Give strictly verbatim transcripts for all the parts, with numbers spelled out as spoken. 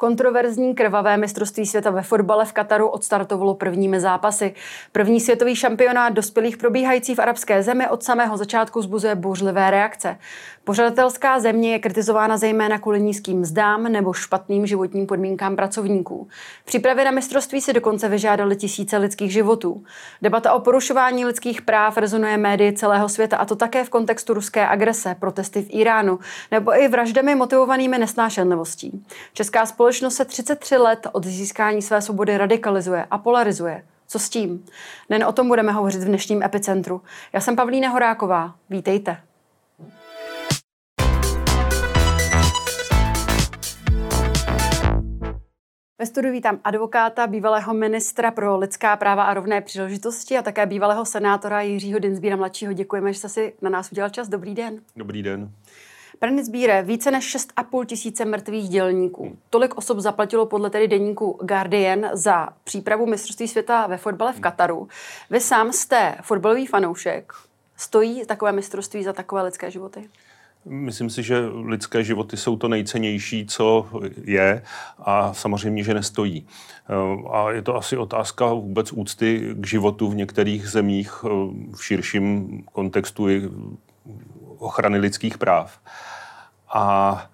Kontroverzní krvavé mistrovství světa ve fotbale v Kataru odstartovalo prvními zápasy. První světový šampionát dospělých probíhající v arabské zemi od samého začátku vzbuzuje bouřlivé reakce. Pořadatelská země je kritizována zejména kvůli nízkým mzdám nebo špatným životním podmínkám pracovníků. Přípravy na mistrovství si dokonce vyžádaly tisíce lidských životů. Debata o porušování lidských práv rezonuje médii celého světa, a to také v kontextu ruské agrese, protesty v Iránu nebo i vraždami motivovanými nesnášenlivostí. Česká společnost se třicet tři let od získání své svobody radikalizuje a polarizuje. Co s tím? Nen o tom budeme hovořit v dnešním Epicentru. Já jsem Pavlína Horáková. Vítejte. Ve studiu vítám advokáta, bývalého ministra pro lidská práva a rovné příležitosti a také bývalého senátora Jiřího Dienstbiera mladšího. Děkujeme, že jste si na nás udělal čas. Dobrý den. Dobrý den. Pane Dienstbiere, více než šest a půl tisíce mrtvých dělníků. Tolik osob zaplatilo podle tedy deníku Guardian za přípravu mistrovství světa ve fotbale v Kataru. Vy sám jste fotbalový fanoušek. Stojí takové mistrovství za takové lidské životy? Myslím si, že lidské životy jsou to nejcennější, co je, a samozřejmě, že nestojí. A je to asi otázka vůbec úcty k životu v některých zemích v širším kontextu i ochrany lidských práv. A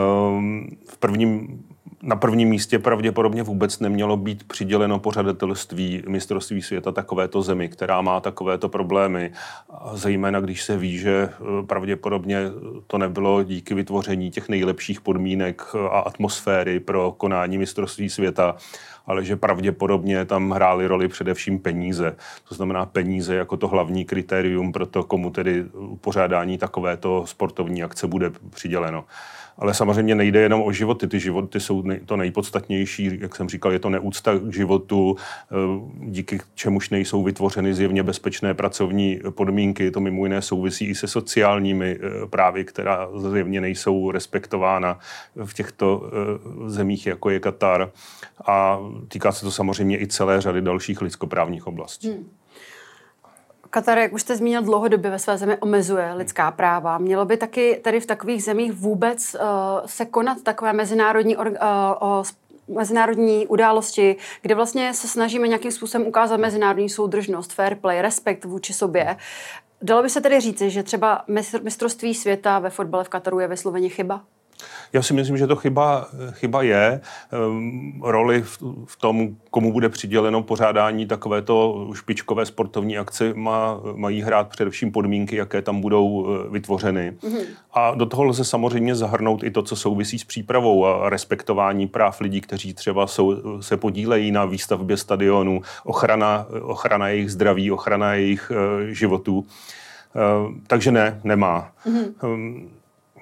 v prvním Na prvním místě pravděpodobně vůbec nemělo být přiděleno pořadatelství mistrovství světa takovéto zemi, která má takovéto problémy. A zejména když se ví, že pravděpodobně to nebylo díky vytvoření těch nejlepších podmínek a atmosféry pro konání mistrovství světa, ale že pravděpodobně tam hrály roli především peníze. To znamená peníze jako to hlavní kritérium pro to, komu tedy pořádání takovéto sportovní akce bude přiděleno. Ale samozřejmě nejde jenom o životy. Ty životy jsou to nejpodstatnější. Jak jsem říkal, je to neúcta k životu, díky čemuž nejsou vytvořeny zjevně bezpečné pracovní podmínky. To mimo jiné souvisí i se sociálními právy, která zjevně nejsou respektována v těchto zemích, jako je Katar. A týká se to samozřejmě i celé řady dalších lidskoprávních oblastí. Hmm. Katar, jak už jste zmínil, dlouhodobě ve své zemi omezuje lidská práva. Mělo by taky tady v takových zemích vůbec uh, se konat takové mezinárodní, uh, uh, mezinárodní události, kde vlastně se snažíme nějakým způsobem ukázat mezinárodní soudržnost, fair play, respekt vůči sobě. Dalo by se tedy říci, že třeba mistrovství světa ve fotbale v Kataru je vysloveně chyba? Já si myslím, že to chyba, chyba je. Um, roli v, v tom, komu bude přiděleno pořádání takovéto špičkové sportovní akce, má, mají hrát především podmínky, jaké tam budou vytvořeny. Mm-hmm. A do toho lze samozřejmě zahrnout i to, co souvisí s přípravou a respektování práv lidí, kteří třeba jsou, se podílejí na výstavbě stadionů, ochrana, ochrana jejich zdraví, ochrana jejich uh, životů. Uh, takže ne, nemá. Mm-hmm. Um,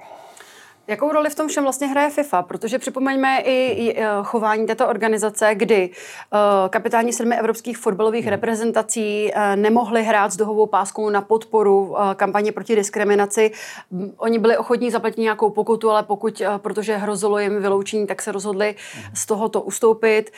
Jakou roli v tom všem vlastně hraje FIFA? Protože připomeňme i chování této organizace, kdy kapitáni sedmi evropských fotbalových hmm. reprezentací nemohli hrát s duhovou páskou na podporu kampaně proti diskriminaci. Oni byli ochotní zaplatit nějakou pokutu, ale pokud, protože hrozilo jim vyloučení, tak se rozhodli z tohoto ustoupit.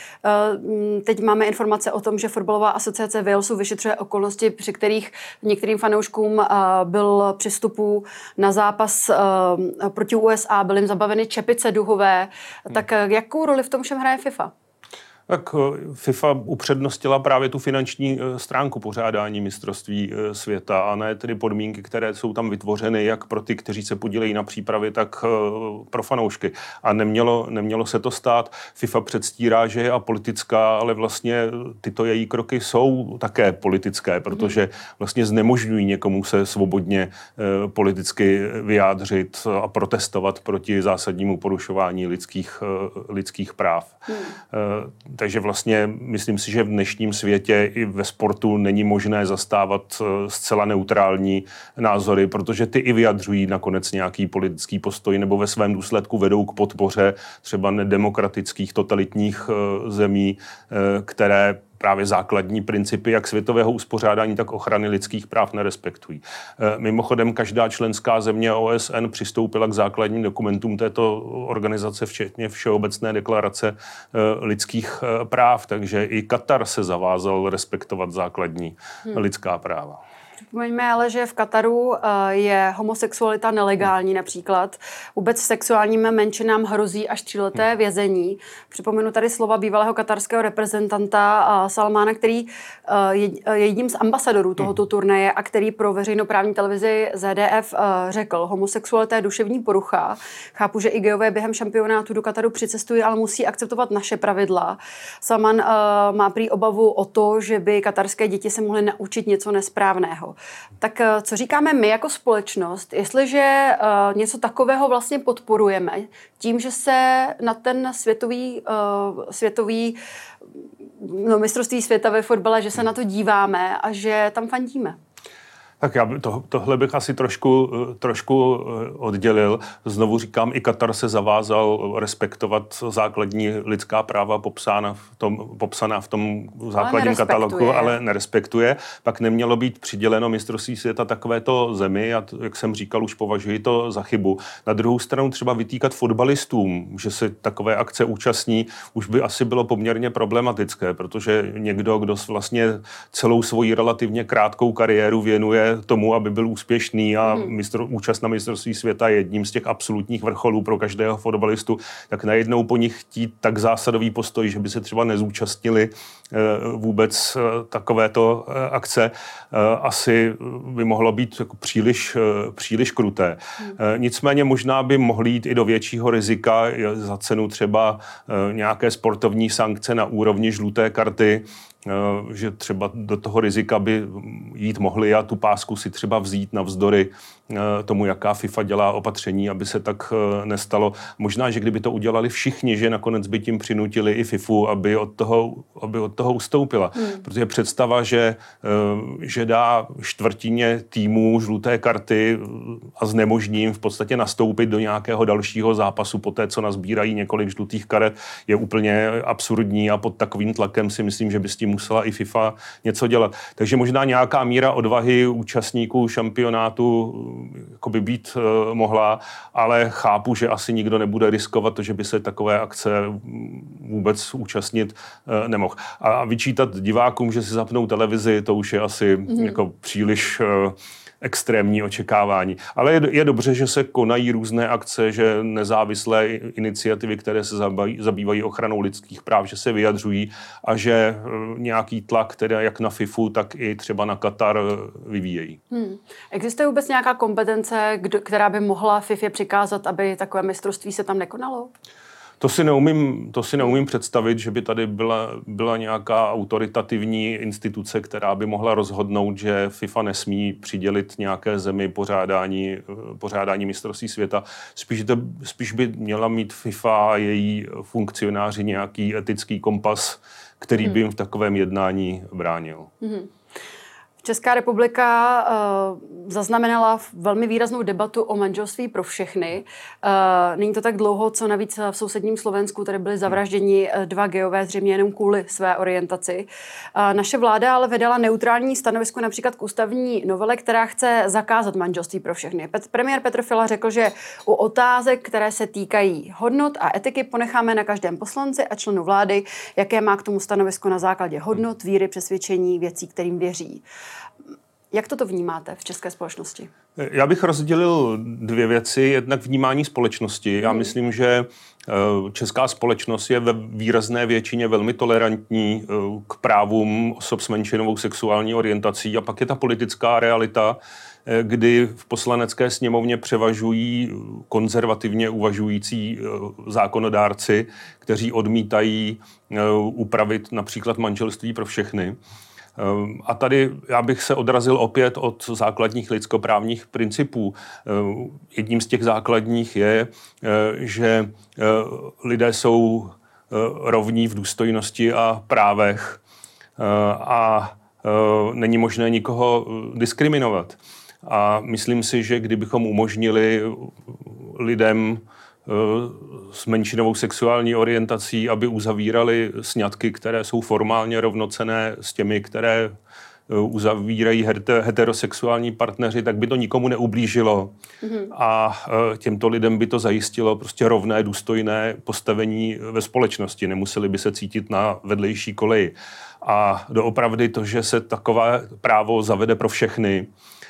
Teď máme informace o tom, že fotbalová asociace Walesu vyšetřuje okolnosti, při kterých některým fanouškům byl při vstupu na zápas proti U S A byly jim zabaveny čepice duhové. Tak jakou roli v tom všem hraje FIFA? Tak FIFA upřednostila právě tu finanční stránku pořádání mistrovství světa a ne tedy podmínky, které jsou tam vytvořeny jak pro ty, kteří se podílejí na přípravě, tak pro fanoušky. A nemělo, nemělo se to stát. FIFA předstírá, že je apolitická, ale vlastně tyto její kroky jsou také politické, protože vlastně znemožňují někomu se svobodně politicky vyjádřit a protestovat proti zásadnímu porušování lidských, lidských práv. Hmm. Takže vlastně myslím si, že v dnešním světě i ve sportu není možné zastávat zcela neutrální názory, protože ty i vyjadřují nakonec nějaký politický postoj nebo ve svém důsledku vedou k podpoře třeba nedemokratických totalitních zemí, které právě základní principy jak světového uspořádání, tak ochrany lidských práv nerespektují. Mimochodem, každá členská země O S N přistoupila k základním dokumentům této organizace, včetně Všeobecné deklarace lidských práv, takže i Katar se zavázal respektovat základní hmm. lidská práva. Připomeňme ale, že v Kataru je homosexualita nelegální například. Vůbec sexuálním menšinám hrozí až tříleté vězení. Připomenu tady slova bývalého katarského reprezentanta Salmána, který je jedním z ambasadorů tohoto turnaje a který pro veřejnoprávní televizi Z D F řekl: homosexualita je duševní porucha. Chápu, že i gejové během šampionátu do Kataru přicestují, ale musí akceptovat naše pravidla. Salman má prý obavu o to, že by katarské děti se mohly naučit něco nesprávného. Tak co říkáme my jako společnost, jestliže uh, něco takového vlastně podporujeme tím, že se na ten světový, uh, světový no, mistrovství světa ve fotbale, že se na to díváme a že tam fandíme? Tak já to, tohle bych asi trošku, trošku oddělil. Znovu říkám, i Katar se zavázal respektovat základní lidská práva popsána v tom, popsaná v tom základním ale katalogu, ale nerespektuje. Pak nemělo být přiděleno mistrovství světa takovéto zemi a jak jsem říkal, už považuji to za chybu. Na druhou stranu třeba vytýkat fotbalistům, že se takové akce účastní, už by asi bylo poměrně problematické, protože někdo, kdo vlastně celou svoji relativně krátkou kariéru věnuje tomu, aby byl úspěšný a hmm. mistr, účast na mistrovství světa je jedním z těch absolutních vrcholů pro každého fotbalistu, tak najednou po nich chtít tak zásadový postoj, že by se třeba nezúčastnili vůbec takovéto akce, asi by mohlo být jako příliš, příliš kruté. Hmm. Nicméně možná by mohly jít i do většího rizika za cenu třeba nějaké sportovní sankce na úrovni žluté karty, že třeba do toho rizika by jít mohli a tu pásku si třeba vzít navzdory tomu, jaká FIFA dělá opatření, aby se tak nestalo. Možná, že kdyby to udělali všichni, že nakonec by tím přinutili i FIFU, aby od toho, aby od toho ustoupila. Hmm. Protože představa, že, že dá čtvrtině týmů žluté karty a znemožní jim v podstatě nastoupit do nějakého dalšího zápasu po té, co nazbírají několik žlutých karet, je úplně absurdní a pod takovým tlakem si myslím, že by s tím musela i FIFA něco dělat. Takže možná nějaká míra odvahy účastníků šampionátu jakoby být uh, mohla, ale chápu, že asi nikdo nebude riskovat to, že by se takové akce vůbec účastnit uh, nemohl. A vyčítat divákům, že si zapnou televizi, to už je asi mm-hmm. jako příliš uh, extrémní očekávání. Ale je, je dobře, že se konají různé akce, že nezávislé iniciativy, které se zabývají, zabývají ochranou lidských práv, že se vyjadřují a že nějaký tlak, tedy jak na FIFU, tak i třeba na Katar vyvíjejí. Hmm. Existuje vůbec nějaká kompetence, kdo, která by mohla FIFA přikázat, aby takové mistrovství se tam nekonalo? To si neumím, to si neumím představit, že by tady byla, byla nějaká autoritativní instituce, která by mohla rozhodnout, že FIFA nesmí přidělit nějaké zemi pořádání, pořádání mistrovství světa. Spíš, to, spíš by měla mít FIFA a její funkcionáři nějaký etický kompas, který hmm. by jim v takovém jednání bránil. Hmm. Česká republika uh, zaznamenala velmi výraznou debatu o manželství pro všechny. Uh, není to tak dlouho, co navíc v sousedním Slovensku tady byli zavražděni dva gejové zřejmě jenom kvůli své orientaci. Uh, naše vláda ale vydala neutrální stanovisko například k ústavní novele, která chce zakázat manželství pro všechny. Pet- premiér Petr Fiala řekl, že u otázek, které se týkají hodnot a etiky, ponecháme na každém poslanci a členu vlády, jaké má k tomu stanovisko na základě hodnot, víry, přesvědčení, věcí, kterým věří. Jak toto vnímáte v české společnosti? Já bych rozdělil dvě věci. Jednak vnímání společnosti. Já myslím, že česká společnost je ve výrazné většině velmi tolerantní k právům osob s menšinovou sexuální orientací. A pak je ta politická realita, kdy v poslanecké sněmovně převažují konzervativně uvažující zákonodárci, kteří odmítají upravit například manželství pro všechny. A tady já bych se odrazil opět od základních lidskoprávních principů. Jedním z těch základních je, že lidé jsou rovní v důstojnosti a právech a není možné nikoho diskriminovat. A myslím si, že kdybychom umožnili lidem s menšinovou sexuální orientací, aby uzavírali sňatky, které jsou formálně rovnocenné s těmi, které uzavírají heterosexuální partneři, tak by to nikomu neublížilo. Mm-hmm. A těmto lidem by to zajistilo prostě rovné, důstojné postavení ve společnosti. Nemuseli by se cítit na vedlejší koleji. A doopravdy to, že se takové právo zavede pro všechny,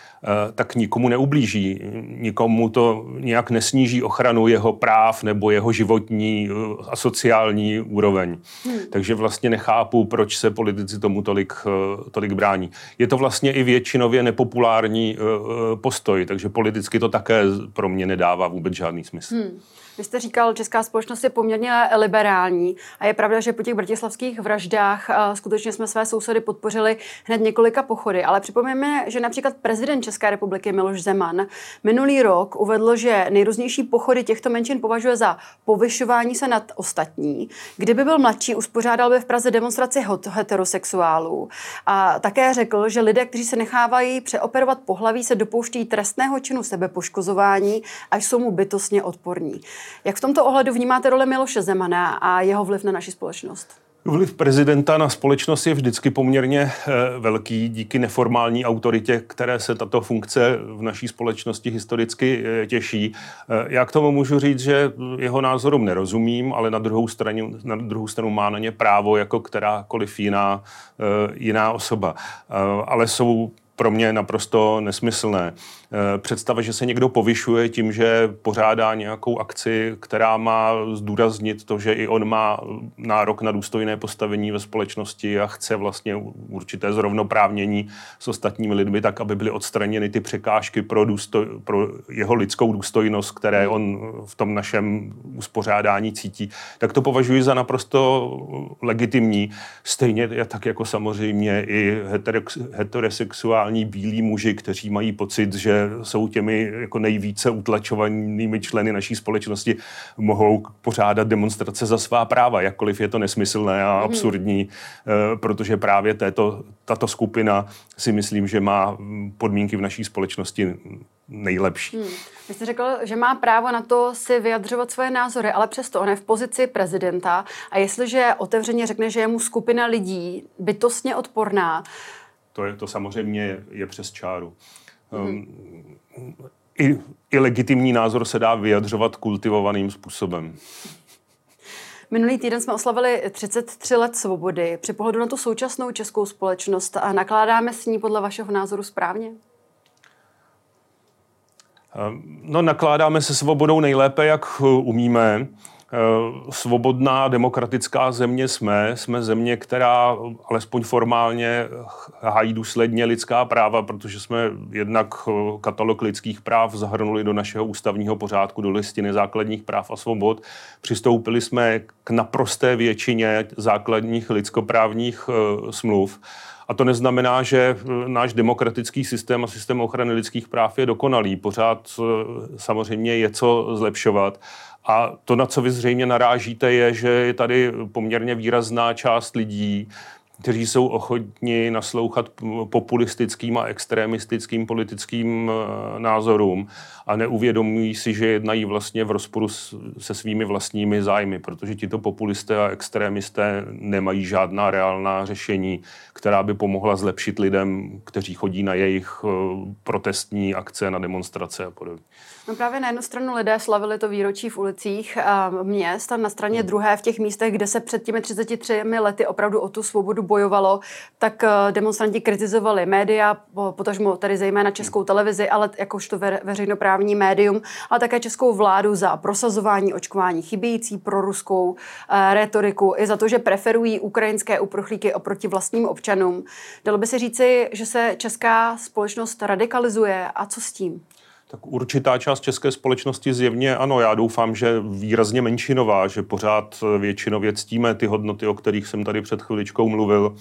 tak nikomu neublíží. Nikomu to nějak nesníží ochranu jeho práv nebo jeho životní a sociální úroveň. Hmm. Takže vlastně nechápu, proč se politici tomu tolik, tolik brání. Je to vlastně i většinově nepopulární postoj, takže politicky to také pro mě nedává vůbec žádný smysl. Hmm. Vy jste říkal, česká společnost je poměrně liberální a je pravda, že po těch bratislavských vraždách skutečně jsme své sousedy podpořili hned několika pochody, ale připomeňme, že například prezident České republiky Miloš Zeman minulý rok uvedl, že nejrůznější pochody těchto menšin považuje za povyšování se nad ostatní. Kdyby byl mladší, uspořádal by v Praze demonstraci heterosexuálů a také řekl, že lidé, kteří se nechávají přeoperovat pohlaví, se dopouštějí trestného činu sebepoškozování a jsou mu bytostně odporní. Jak v tomto ohledu vnímáte roli Miloše Zemana a jeho vliv na naši společnost? Vliv prezidenta na společnost je vždycky poměrně velký díky neformální autoritě, které se tato funkce v naší společnosti historicky těší. Já k tomu můžu říct, že jeho názorům nerozumím, ale na druhou stranu, na druhou stranu má na ně právo jako kterákoliv jiná, jiná osoba. Ale jsou pro mě naprosto nesmyslné. Představa, že se někdo povyšuje tím, že pořádá nějakou akci, která má zdůraznit to, že i on má nárok na důstojné postavení ve společnosti a chce vlastně určité zrovnoprávnění s ostatními lidmi, tak aby byly odstraněny ty překážky pro, důstoj, pro jeho lidskou důstojnost, které on v tom našem uspořádání cítí, tak to považuji za naprosto legitimní. Stejně tak jako samozřejmě i heterosexuální bílí muži, kteří mají pocit, že jsou těmi jako nejvíce utlačovanými členy naší společnosti, mohou pořádat demonstrace za svá práva, jakkoliv je to nesmyslné a absurdní, protože právě této, tato skupina si myslím, že má podmínky v naší společnosti nejlepší. Hmm. Vy jste řekl, že má právo na to si vyjadřovat svoje názory, ale přesto on je v pozici prezidenta a jestliže otevřeně řekne, že je mu skupina lidí bytostně odporná, To, je, to samozřejmě je přes čáru. Um, i, I legitimní názor se dá vyjadřovat kultivovaným způsobem. Minulý týden jsme oslavili třicet tři let svobody. Při pohledu na tu současnou českou společnost a nakládáme s ní podle vašeho názoru správně? No, nakládáme se svobodou nejlépe, jak umíme. Svobodná demokratická země jsme. Jsme země, která alespoň formálně hájí důsledně lidská práva, protože jsme jednak katalog lidských práv zahrnuli do našeho ústavního pořádku, do listiny základních práv a svobod. Přistoupili jsme k naprosté většině základních lidskoprávních smluv. A to neznamená, že náš demokratický systém a systém ochrany lidských práv je dokonalý. Pořád samozřejmě je co zlepšovat. A to, na co vy zřejmě narážíte, je, že je tady poměrně výrazná část lidí, kteří jsou ochotni naslouchat populistickým a extremistickým politickým názorům a neuvědomují si, že jednají vlastně v rozporu se svými vlastními zájmy, protože tito populisté a extremisté nemají žádná reálná řešení, která by pomohla zlepšit lidem, kteří chodí na jejich protestní akce, na demonstrace a podobně. No právě na jednu stranu lidé slavili to výročí v ulicích měst a na straně druhé v těch místech, kde se před těmi třiceti třemi lety opravdu o tu svobodu bojovalo, tak demonstranti kritizovali média, potažmo tady zejména Českou televizi, ale jakožto ve, veřejnoprávní médium, ale také českou vládu za prosazování očkování, chybějící pro ruskou eh, retoriku i za to, že preferují ukrajinské uprchlíky oproti vlastním občanům. Dalo by se říci, že se česká společnost radikalizuje a co s tím? Tak určitá část české společnosti zjevně ano, já doufám, že výrazně menšinová, že pořád většinově ctíme ty hodnoty, o kterých jsem tady před chviličkou mluvil.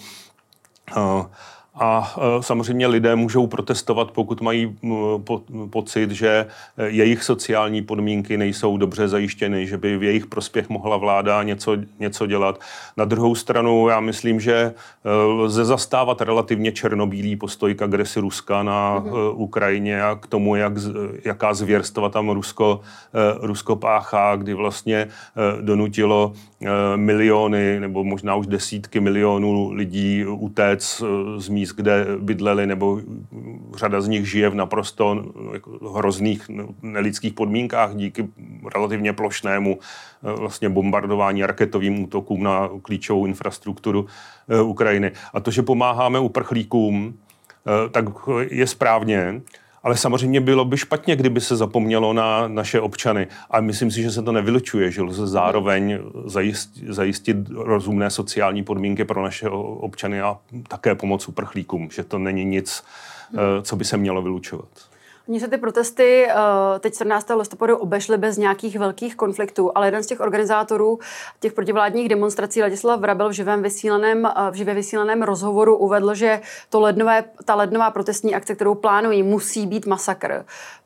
A samozřejmě lidé můžou protestovat, pokud mají po, pocit, že jejich sociální podmínky nejsou dobře zajištěny, že by v jejich prospěch mohla vláda něco, něco dělat. Na druhou stranu já myslím, že lze zastávat relativně černobílý postoj k agresi Ruska na mm-hmm. Ukrajině a k tomu, jak, jaká zvěrstva tam Rusko, Rusko páchá, kdy vlastně donutilo miliony nebo možná už desítky milionů lidí utéct z míst, míst, kde bydleli, nebo řada z nich žije v naprosto jako hrozných nelidských podmínkách díky relativně plošnému vlastně bombardování raketovým útokům na klíčovou infrastrukturu Ukrajiny. A to, že pomáháme uprchlíkům, tak je správně, ale samozřejmě bylo by špatně, kdyby se zapomnělo na naše občany. A myslím si, že se to nevylučuje, že lze zároveň zajistit, zajistit rozumné sociální podmínky pro naše občany a také pomoc uprchlíkům, že to není nic, co by se mělo vylučovat. Mně se ty protesty teď čtrnáctého listopadu obešly bez nějakých velkých konfliktů, ale jeden z těch organizátorů těch protivládních demonstrací, Ladislav Vrabel, v živém vysílaném, v živě vysílaném rozhovoru uvedl, že to lednové, ta lednová protestní akce, kterou plánují, musí být masakr.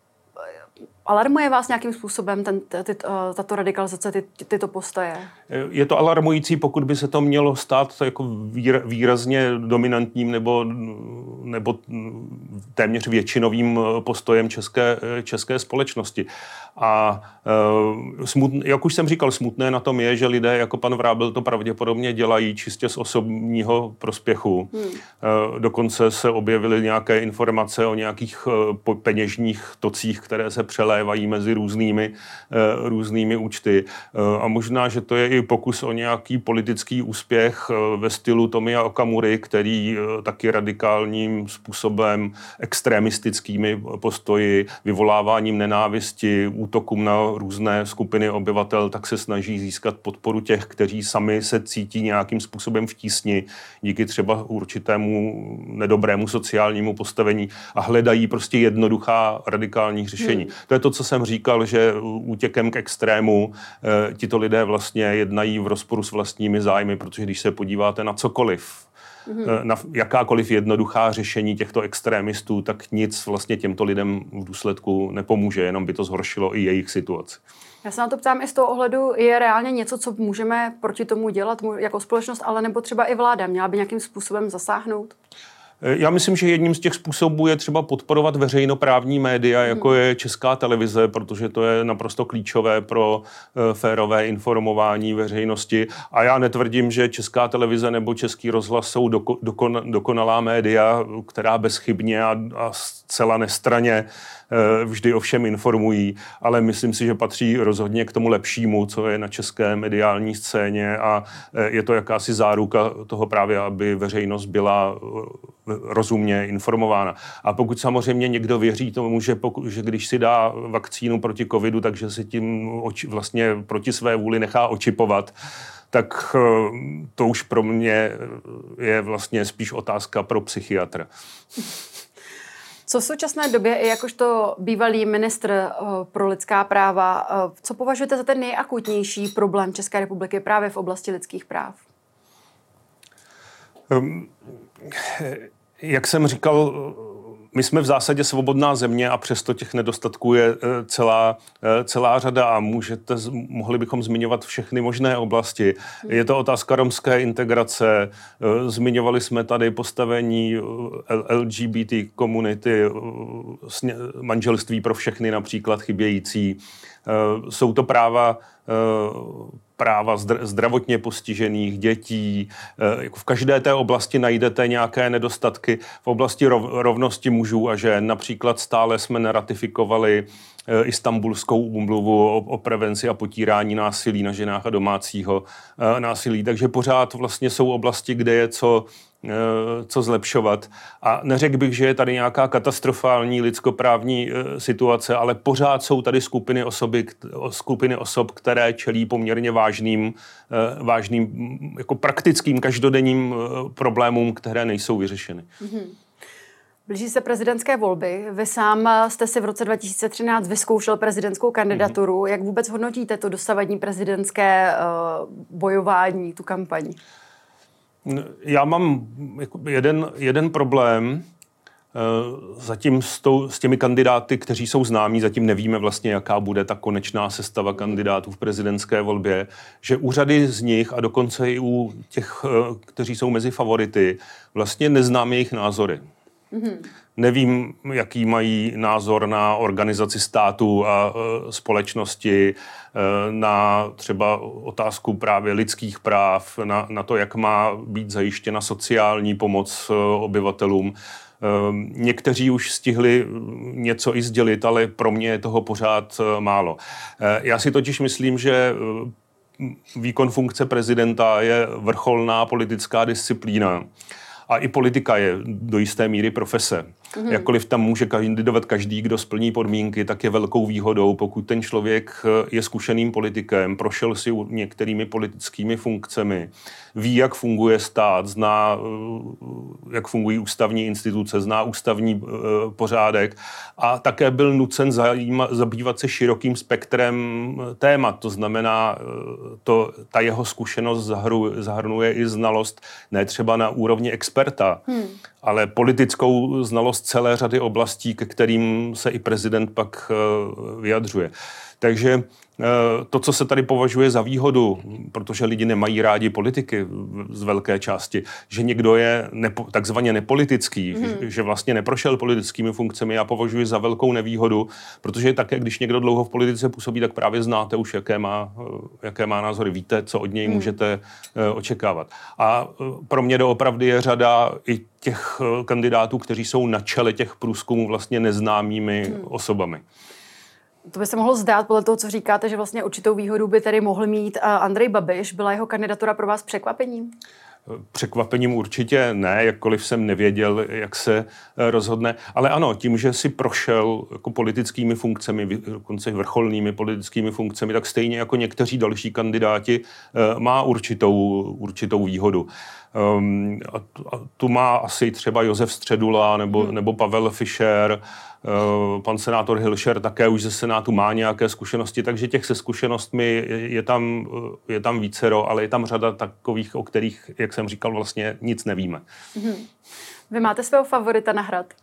Alarmuje vás nějakým způsobem ten, ty, tato radikalizace, ty, tyto postoje? Je to alarmující, pokud by se to mělo stát jako výrazně dominantním nebo, nebo téměř většinovým postojem české, české společnosti. A smutn, jak už jsem říkal, smutné na tom je, že lidé jako pan Vrabel to pravděpodobně dělají čistě z osobního prospěchu. Hmm. Dokonce se objevily nějaké informace o nějakých peněžních tocích, které se přelévají mezi různými, různými účty. A možná, že to je i pokus o nějaký politický úspěch ve stylu Tomia Okamury, který taky radikálním způsobem, extremistickými postoji, vyvoláváním nenávisti, útokům na různé skupiny obyvatel, tak se snaží získat podporu těch, kteří sami se cítí nějakým způsobem v tísni díky třeba určitému nedobrému sociálnímu postavení a hledají prostě jednoduchá radikální řešení. Hmm. To je to, co jsem říkal, že útěkem k extrému e, tito lidé vlastně jednají v rozporu s vlastními zájmy, protože když se podíváte na cokoliv, mm-hmm. na jakákoliv jednoduchá řešení těchto extrémistů, tak nic vlastně těmto lidem v důsledku nepomůže, jenom by to zhoršilo i jejich situaci. Já se na to ptám i z toho ohledu, je reálně něco, co můžeme proti tomu dělat jako společnost, ale nebo třeba i vláda měla by nějakým způsobem zasáhnout? Já myslím, že jedním z těch způsobů je třeba podporovat veřejnoprávní média, jako je Česká televize, protože to je naprosto klíčové pro férové informování veřejnosti. A já netvrdím, že Česká televize nebo Český rozhlas jsou doko, dokon, dokonalá média, která bezchybně a, a zcela nestranně vždy o všem informují, ale myslím si, že patří rozhodně k tomu lepšímu, co je na české mediální scéně a je to jakási záruka toho právě, aby veřejnost byla rozumně informována. A pokud samozřejmě někdo věří tomu, že, pokud, že když si dá vakcínu proti covidu, takže si tím oči, vlastně proti své vůli nechá očipovat, tak to už pro mě je vlastně spíš otázka pro psychiatra. Co v současné době, i jakožto bývalý ministr pro lidská práva, co považujete za ten nejakutnější problém České republiky právě v oblasti lidských práv? Um, jak jsem říkal, my jsme v zásadě svobodná země a přesto těch nedostatků je celá, celá řada a můžete, mohli bychom zmiňovat všechny možné oblasti. Je to otázka romské integrace, zmiňovali jsme tady postavení L G B T komunity, manželství pro všechny například chybějící. Jsou to práva práva zdravotně postižených, dětí. Jako v každé té oblasti najdete nějaké nedostatky. V oblasti rovnosti mužů a žen například stále jsme neratifikovali Istanbulskou úmluvu o prevenci a potírání násilí na ženách a domácího násilí. Takže pořád vlastně jsou oblasti, kde je co co zlepšovat. A neřekl bych, že je tady nějaká katastrofální lidskoprávní situace, ale pořád jsou tady skupiny, osoby, skupiny osob, které čelí poměrně vážným, vážným jako praktickým každodenním problémům, které nejsou vyřešeny. Mm-hmm. Blíží se prezidentské volby. Vy sám jste si v roce dva tisíce třináct vyzkoušel prezidentskou kandidaturu. Mm-hmm. Jak vůbec hodnotíte to dosavadní prezidentské uh, bojování, tu kampaň? Já mám jeden, jeden problém zatím s, tou, s těmi kandidáty, kteří jsou známí, zatím nevíme vlastně, jaká bude ta konečná sestava kandidátů v prezidentské volbě, že u řady z nich a dokonce i u těch, kteří jsou mezi favority, vlastně neznám jejich názory. Mm-hmm. Nevím, jaký mají názor na organizaci státu a e, společnosti, e, na třeba otázku právě lidských práv, na, na to, jak má být zajištěna sociální pomoc e, obyvatelům. E, někteří už stihli něco i sdělit, ale pro mě je toho pořád e, málo. E, já si totiž myslím, že e, výkon funkce prezidenta je vrcholná politická disciplína. A i politika je do jisté míry profese. Mm-hmm. Jakkoliv tam může kandidovat každý, kdo splní podmínky, tak je velkou výhodou, pokud ten člověk je zkušeným politikem, prošel si některými politickými funkcemi, ví, jak funguje stát, zná, jak fungují ústavní instituce, zná ústavní pořádek a také byl nucen zajímat, zabývat se širokým spektrem témat. To znamená, to, ta jeho zkušenost zahrnuje, zahrnuje i znalost ne třeba na úrovni experta, hmm. ale politickou znalost celé řady oblastí, ke kterým se i prezident pak vyjadřuje. Takže to, co se tady považuje za výhodu, protože lidi nemají rádi politiky z velké části, že někdo je nepo, takzvaně nepolitický, mm. že, že vlastně neprošel politickými funkcemi, já považuji za velkou nevýhodu, protože také, když někdo dlouho v politice působí, tak právě znáte už, jaké má, jaké má názory, víte, co od něj mm. můžete uh, očekávat. A uh, pro mě doopravdy je řada i těch uh, kandidátů, kteří jsou na čele těch průzkumů vlastně neznámými mm. osobami. To by se mohlo zdát podle toho, co říkáte, že vlastně určitou výhodu by tady mohl mít Andrej Babiš. Byla jeho kandidatura pro vás překvapením? Překvapením určitě ne, jakkoliv jsem nevěděl, jak se rozhodne. Ale ano, tím, že si prošel jako politickými funkcemi, dokonce vrcholnými politickými funkcemi, tak stejně jako někteří další kandidáti má určitou, určitou výhodu. Um, a, a tu má asi třeba Josef Středula nebo, hmm. nebo Pavel Fischer. Uh, pan senátor Hilšer také už ze Senátu má nějaké zkušenosti, takže těch se zkušenostmi je, je, tam, je tam vícero, ale je tam řada takových, o kterých, jak jsem říkal, vlastně nic nevíme. Hmm. Vy máte svého favorita na Hrad?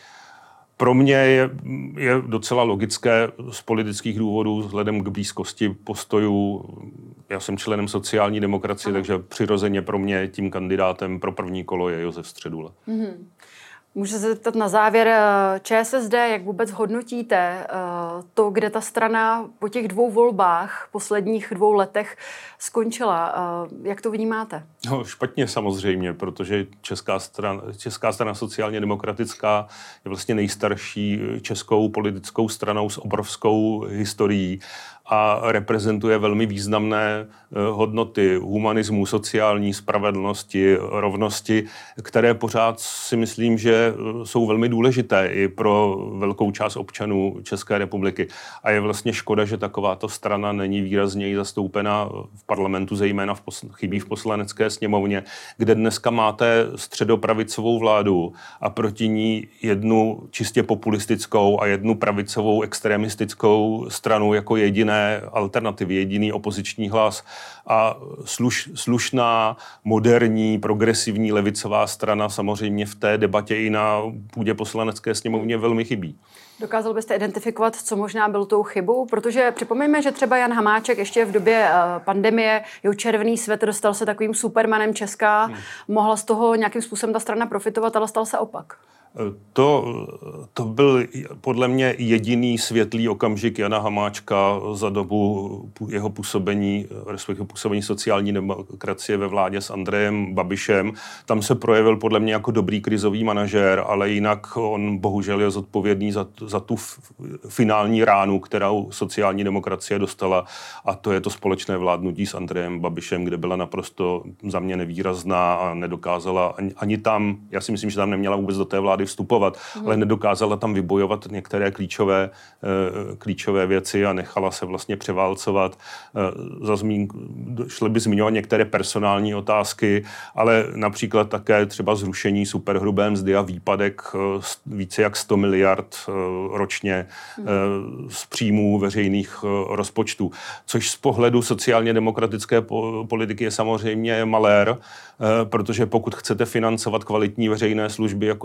Pro mě je, je docela logické z politických důvodů vzhledem k blízkosti postojů. Já jsem členem sociální demokracie, Aha. takže přirozeně pro mě tím kandidátem pro první kolo je Josef Středula. Mm-hmm. Můžu se zeptat na závěr ČSSD, jak vůbec hodnotíte to, kde ta strana po těch dvou volbách, posledních dvou letech skončila? Jak to vnímáte? No, špatně samozřejmě, protože Česká strana, Česká strana sociálně demokratická je vlastně nejstarší českou politickou stranou s obrovskou historií a reprezentuje velmi významné hodnoty humanismu, sociální spravedlnosti, rovnosti, které pořád si myslím, že jsou velmi důležité i pro velkou část občanů České republiky. A je vlastně škoda, že takováto strana není výrazněji zastoupena v parlamentu, zejména v posl- chybí v poslanecké sněmovně, kde dneska máte středopravicovou vládu a proti ní jednu čistě populistickou a jednu pravicovou extremistickou stranu jako jediné alternativy, jediný opoziční hlas a sluš, slušná, moderní, progresivní levicová strana samozřejmě v té debatě i na půdě poslanecké sněmovně velmi chybí. Dokázal byste identifikovat, co možná byl tou chybou? Protože připomeňme, že třeba Jan Hamáček ještě v době pandemie, jeho červený svetr stal se takovým supermanem Česka, hmm. mohla z toho nějakým způsobem ta strana profitovat, ale stal se opak. To, to byl podle mě jediný světlý okamžik Jana Hamáčka za dobu jeho působení, respektive působení sociální demokracie ve vládě s Andrejem Babišem. Tam se projevil podle mě jako dobrý krizový manažér, ale jinak on bohužel je zodpovědný za, za tu finální ránu, kterou sociální demokracie dostala, a to je to společné vládnutí s Andrejem Babišem, kde byla naprosto za mě nevýrazná a nedokázala ani, ani tam, já si myslím, že tam neměla vůbec do té vlády vstupovat, hmm. ale nedokázala tam vybojovat některé klíčové, uh, klíčové věci a nechala se vlastně převálcovat. Uh, za zmín, šly by zmiňovat některé personální otázky, ale například také třeba zrušení superhrubé mzdy a výpadek uh, více jak sto miliard uh, ročně uh, z příjmů veřejných uh, rozpočtů. Což z pohledu sociálně demokratické po- politiky je samozřejmě malér, uh, protože pokud chcete financovat kvalitní veřejné služby, jako je vzdělání,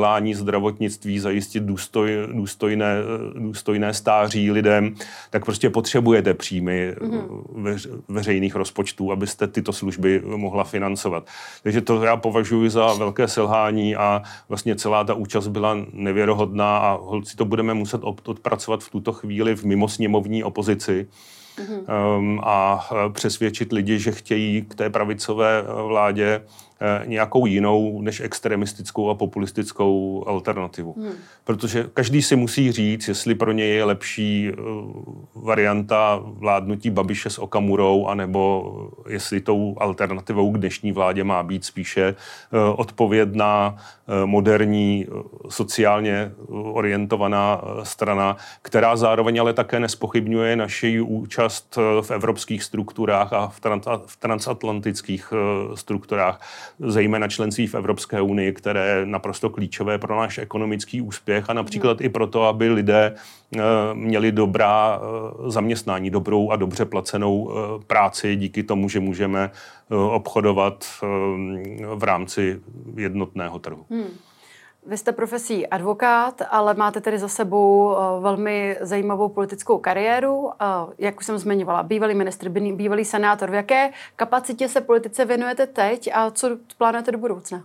vzdělání, zdravotnictví, zajistit důstoj, důstojné, důstojné stáří lidem, tak prostě potřebujete příjmy mm. veř, veřejných rozpočtů, abyste tyto služby mohla financovat. Takže to já považuji za velké selhání a vlastně celá ta účast byla nevěrohodná a holci to budeme muset odpracovat v tuto chvíli v mimosněmovní opozici. Mm-hmm. Um, a přesvědčit lidi, že chtějí k té pravicové vládě nějakou jinou než extremistickou a populistickou alternativu. Hmm. Protože každý si musí říct, jestli pro něj je lepší varianta vládnutí Babiše s Okamurou, anebo jestli tou alternativou k dnešní vládě má být spíše odpovědná, moderní, sociálně orientovaná strana, která zároveň ale také nespochybňuje naši účast v evropských strukturách a v, trans- v transatlantických strukturách, zejména členství v Evropské unii, které je naprosto klíčové pro náš ekonomický úspěch a například hmm. i proto, aby lidé měli dobrá zaměstnání, dobrou a dobře placenou práci díky tomu, že můžeme obchodovat v rámci jednotného trhu. Hmm. Vy jste profesí advokát, ale máte tedy za sebou velmi zajímavou politickou kariéru. Jak už jsem zmiňovala, bývalý ministr, bývalý senátor. V jaké kapacitě se politice věnujete teď a co plánujete do budoucna?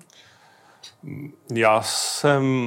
Já jsem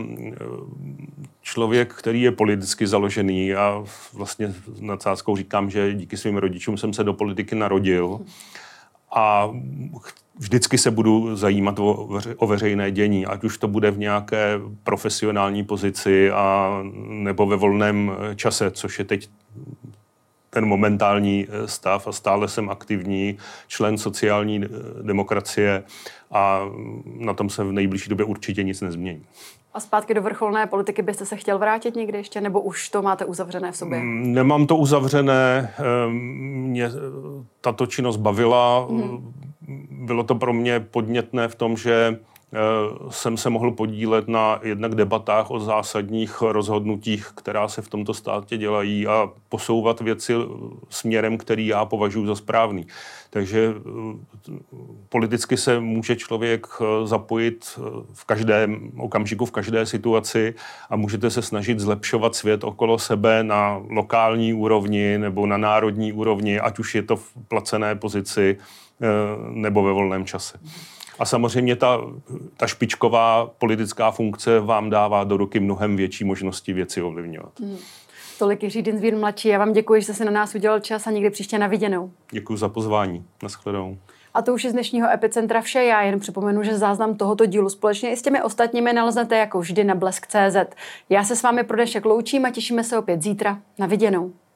člověk, který je politicky založený a vlastně s nadsázkou říkám, že díky svým rodičům jsem se do politiky narodil. A vždycky se budu zajímat o, veře, o veřejné dění, ať už to bude v nějaké profesionální pozici a nebo ve volném čase, což je teď ten momentální stav a stále jsem aktivní člen sociální demokracie a na tom se v nejbližší době určitě nic nezmění. A zpátky do vrcholné politiky byste se chtěl vrátit někdy ještě, nebo už to máte uzavřené v sobě? Nemám to uzavřené, mě tato činnost bavila, mm. bylo to pro mě podnětné v tom, že jsem se mohl podílet na jednak debatách o zásadních rozhodnutích, která se v tomto státě dělají a posouvat věci směrem, který já považuji za správný. Takže politicky se může člověk zapojit v každém okamžiku, v každé situaci a můžete se snažit zlepšovat svět okolo sebe na lokální úrovni nebo na národní úrovni, ať už je to v placené pozici nebo ve volném čase. A samozřejmě ta, ta špičková politická funkce vám dává do ruky mnohem větší možnosti věci ovlivňovat. Hmm. Tolik Jiří Dienstbier mladší. Já vám děkuji, že jste si na nás udělal čas a někdy příště na viděnou. Děkuji za pozvání. Nashledanou. A to už je z dnešního Epicentra vše. Já jen připomenu, že záznam tohoto dílu společně i s těmi ostatními naleznete jako vždy na blesk tečka cé zet. Já se s vámi pro dnešek loučím a těšíme se opět zítra. Na viděnou.